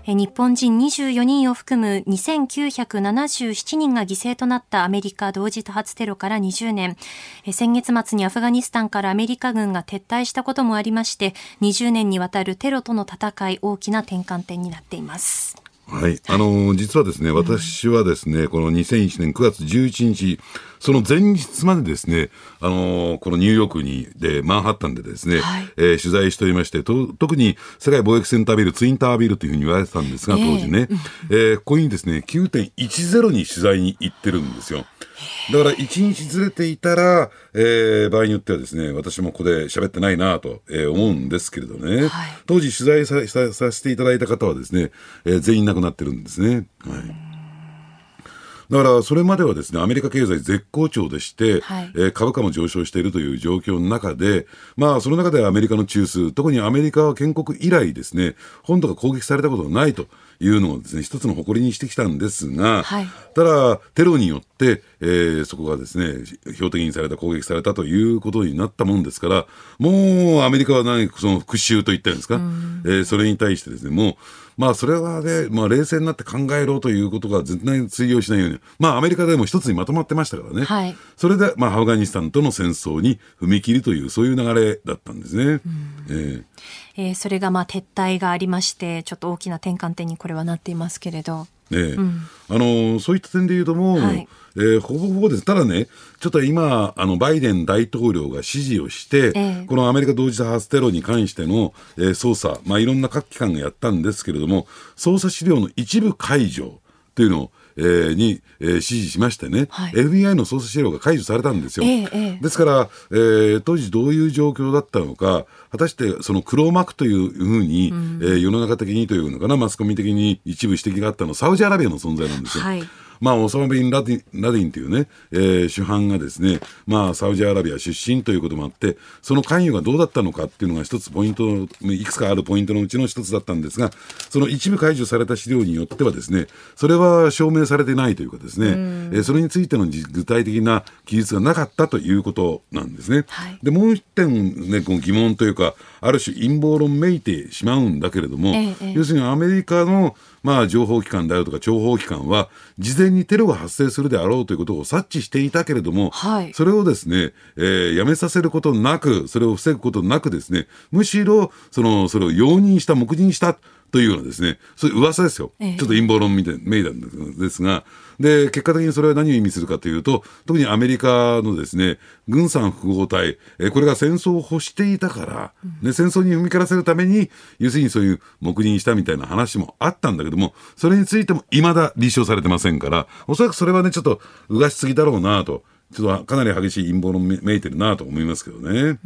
日本人にじゅうよにんを含むにせんきゅうひゃくななじゅうななにんが犠牲となったアメリカ同時多発テロからにじゅうねん。先月末にアフガニスタンからアメリカ軍が撤退したこともありまして、にじゅうねんにわたるテロとの戦い、大きな転換点になっています。 はい。あのー、実はですね、私はですね、このにせんいちねんくがつじゅういちにち、その前日までですね、あのー、このニューヨークに、で、マンハッタンでですね、はい、えー、取材しておりまして、と、特に世界貿易センタービル、ツインタワービルというふうに言われてたんですが、当時ね、えーえー、ここにですね、きゅうてんいちゼロ に取材に行ってるんですよ。だからいちにちずれていたら、えー、場合によってはですね、私もここで喋ってないなと、えー、思うんですけれどね、はい、当時取材 さ, さ, させていただいた方はですね、えー、全員亡くなってるんですね。はい。だからそれまではですね、アメリカ経済絶好調でして、はい、えー、株価も上昇しているという状況の中で、まあその中でアメリカの中枢、特にアメリカは建国以来ですね、本土が攻撃されたことがないというのをですね、一つの誇りにしてきたんですが、はい、ただテロによって、えー、そこがですね、標的にされた、攻撃されたということになったもんですから、もうアメリカは何その復讐といったんですか、えー、それに対してですね、もうまあそれはね、まあ冷静になって考えろということが絶対に通用しないように、まあアメリカでも一つにまとまってましたからね。はい、それでまあアフガニスタンとの戦争に踏み切りというそういう流れだったんですね。うん、 えーえー、それがまあ撤退がありまして、ちょっと大きな転換点にこれはなっていますけれど。 ええ、うん、あのそういった点で言うともう、はい、えー、ほぼほぼです。ただね、ちょっと今あのバイデン大統領が指示をして、えー、このアメリカ同時多発テロに関しての、えー、捜査、まあ、いろんな各機関がやったんですけれども、捜査資料の一部解除というのをえー、に、えー、指示しましてね、はい、エフビーアイ の捜査資料が解除されたんですよ。えーえー、ですから、えー、当時どういう状況だったのか、果たしてその黒幕というふうに、うん、えー、世の中的にというのかな、マスコミ的に一部指摘があったのはサウジアラビアの存在なんですよ。はい、まあ、オサマ・ビン・ラディン、ラディンというね、えー、主犯がですね、まあ、サウジアラビア出身ということもあって、その関与がどうだったのかっていうのが一つポイント、いくつかあるポイントのうちの一つだったんですが、その一部解除された資料によってはですね、それは証明されてないというかですね、えー、それについての具体的な記述がなかったということなんですね。はい、で、もう一点ね、この疑問というか、ある種陰謀論めいてしまうんだけれども、ええ、要するにアメリカのまあ、情報機関であるとか諜報機関は事前にテロが発生するであろうということを察知していたけれども、はい、それをですね、えー、やめさせることなく、それを防ぐことなくですね、むしろそのそれを容認した、黙認したというようなですね、そういう噂ですよ。ええ、ちょっと陰謀論みたいめいたんですが、で、結果的にそれは何を意味するかというと、特にアメリカのですね、軍産複合体、えこれが戦争を欲していたから、うん、ね、戦争に踏み切らせるために、要するにそういう黙認したみたいな話もあったんだけども、それについても未だ立証されてませんから、おそらくそれはね、ちょっとうがしすぎだろうなと、ちょっとかなり激しい陰謀論めめいてるなと思いますけどね。うん、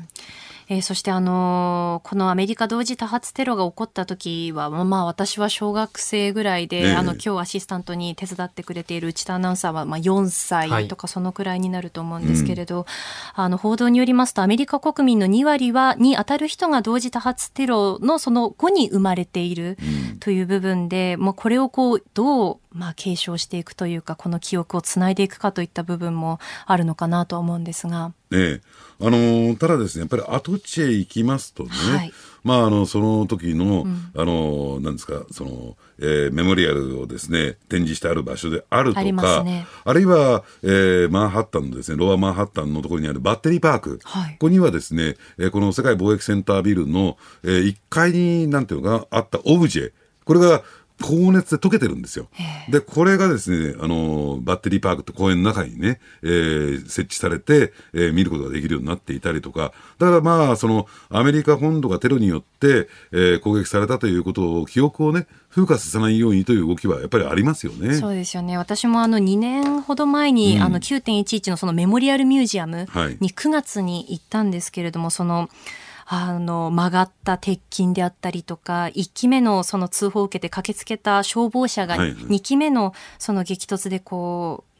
えー、そしてあのー、このアメリカ同時多発テロが起こった時は、まあ私は小学生ぐらいで、えー、あの今日アシスタントに手伝ってくれている内田アナウンサーはまあよんさいとかそのくらいになると思うんですけれど、はい、うん、あの報道によりますとアメリカ国民のにわりはに当たる人が同時多発テロのその後に生まれているという部分で、うん、もうこれをこうどうまあ継承していくというか、この記憶をつないでいくかといった部分もあるのかなと思うんですが。 ええ、あのー、ただですね、やっぱり跡地へ行きますとね、はい、まあ、あのその時の、うん、あのなんですか、その、えー、メモリアルをですね展示してある場所であるとか、 あ,、ね、あるいは、えー、マンハッタンのですね、ローアマンハッタンのところにあるバッテリーパーク、はい、ここにはですね、えー、この世界貿易センタービルの、えー、いっかいになんていうのがあったオブジェ、これが高熱で溶けてるんですよ。で、これがですね、あの、バッテリーパークって公園の中にね、えー、設置されて、えー、見ることができるようになっていたりとか、だからまあ、その、アメリカ本土がテロによって、えー、攻撃されたということを、記憶をね、風化させないようにという動きはやっぱりありますよね。 そうですよね。私もあのにねんほど前に、うん、あの きゅうてんいちいち のそのメモリアルミュージアムにくがつに行ったんですけれども、はい、その、あの曲がった鉄筋であったりとか、いっきめのその通報を受けて駆けつけた消防車がにきめのその激突でこう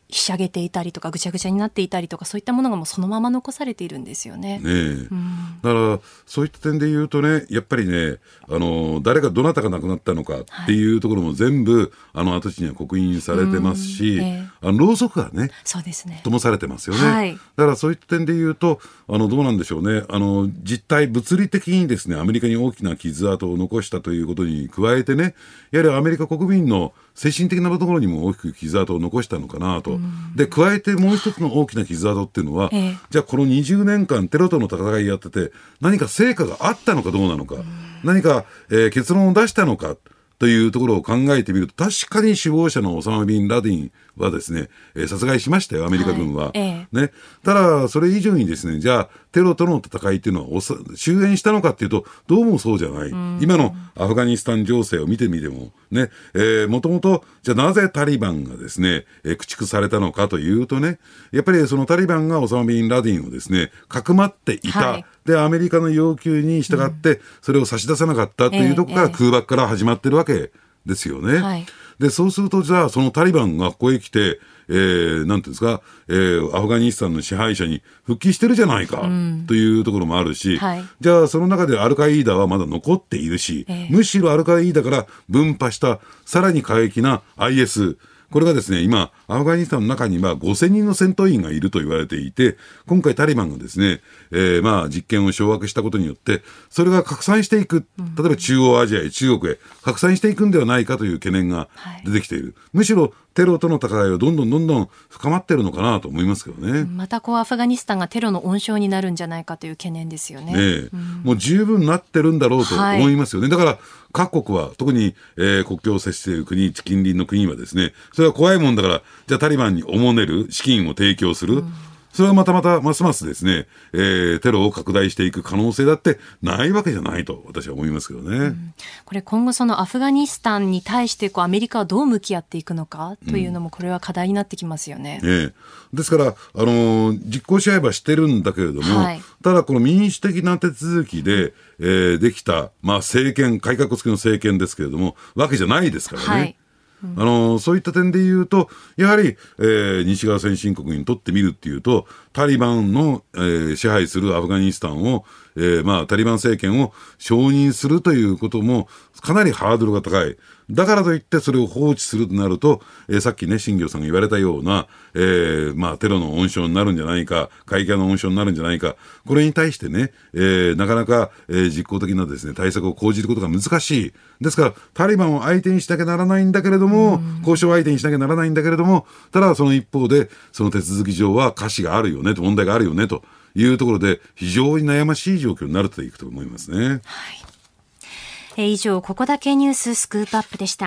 ひしゃげていたりとかぐちゃぐちゃになっていたりとか、そういったものがもうそのまま残されているんですよね。 ねえ、うん、だからそういった点で言うとね、やっぱりね、あの誰がどなたが亡くなったのかっていうところも全部、はい、あの跡地には刻印されてますし、えー、あのろうそくがね、 そうですね、 灯されてますよね、 はい、 だからそういった点で言うと、あのどうなんでしょうね、あの実態物理的にですね、アメリカに大きな傷跡を残したということに加えてね、やはりアメリカ国民の精神的なところにも大きく傷跡を残したのかなと。で加えてもう一つの大きな傷跡っていうのは、ええ、じゃあこのにじゅうねんかんテロとの戦いやってて何か成果があったのかどうなのか、何か、えー、結論を出したのかというところを考えてみると、確かに首謀者のオサマ・ビン・ラディンはですね、えー、殺害しましたよ、アメリカ軍は、はい、ええ、ね、ただそれ以上にですね、じゃあテロとの戦いっていうのは終焉したのかっていうと、どうもそうじゃない。今のアフガニスタン情勢を見てみてもね、えー、もともとじゃあなぜタリバンがですね、えー、駆逐されたのかというとね、やっぱりそのタリバンがオサマ・ビン・ラディンをですね、かくまっていた、はい、でアメリカの要求に従ってそれを差し出さなかったというところから、空爆から始まってるわけですよね、はい、でそうするとじゃあそのタリバンがここへ来て、えー、なんていうんですか、えー、アフガニスタンの支配者に復帰してるじゃないか、うん、というところもあるし、はい、じゃあその中でアルカイーダはまだ残っているし、えー、むしろアルカイーダから分派したさらに過激な アイエス、これがですね、今アフガニスタンの中にはごせんにんの戦闘員がいると言われていて、今回タリバンがですね、えー、まあ実権を掌握したことによってそれが拡散していく、例えば中央アジアへ中国へ拡散していくんではないかという懸念が出てきている、はい、むしろテロとの戦いはどんどんどんどん深まっているのかなと思いますけどね。 またこうアフガニスタンがテロの温床になるんじゃないかという懸念ですよね。ねえ、 うん、もう十分なってるんだろうと思いますよね、はい、だから各国は特に、えー、国境を接している国、近隣の国はですね、それは怖いもんだからじゃあタリバンにおもねる資金を提供する、うん、それはまたまたますますですね、えー、テロを拡大していく可能性だってないわけじゃないと私は思いますけどね、うん、 これ今後そのアフガニスタンに対してこうアメリカはどう向き合っていくのかというのもこれは課題になってきますよね、 うんええ、ですから、あのー、実行支配はしてるんだけれども、はい、ただこの民主的な手続きで、えー、できた、まあ、政権、改革付きの政権ですけれどもわけじゃないですからね、はい、うん、あのそういった点で言うとやはり、えー、西側先進国にとってみるっていうとタリバンの、えー、支配するアフガニスタンを、えーまあ、タリバン政権を承認するということもかなりハードルが高い。だからといってそれを放置するとなると、えー、さっきね新行さんが言われたような、えーまあ、テロの温床になるんじゃないか、過激な温床になるんじゃないか、これに対してね、えー、なかなか、えー、実効的なですね対策を講じることが難しい。ですからタリバンを相手にしなきゃならないんだけれども、交渉相手にしなきゃならないんだけれども、ただその一方でその手続き上は瑕疵があるよねと、問題があるよねというところで非常に悩ましい状況になるといくと思いますね。はい、 え以上ここだけニューススクープアップでした。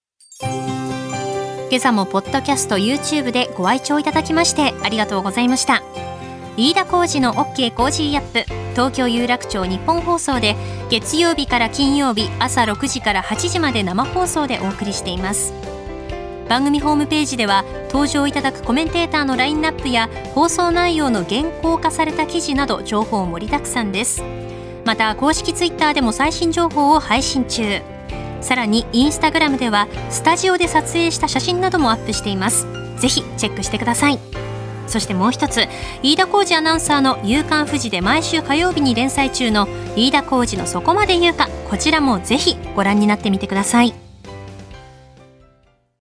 今朝もポッドキャスト YouTube でご愛聴いただきましてありがとうございました。飯田浩司の OK コージーアップ、東京有楽町日本放送で月曜日から金曜日朝ろくじからはちじまで生放送でお送りしています。番組ホームページでは登場いただくコメンテーターのラインナップや放送内容の原稿化された記事など情報盛りだくさんです。また公式ツイッターでも最新情報を配信中。さらにインスタグラムではスタジオで撮影した写真などもアップしています。ぜひチェックしてください。そしてもう一つ、飯田浩司アナウンサーの夕刊フジで毎週火曜日に連載中の飯田浩司のそこまで言うか、こちらもぜひご覧になってみてください。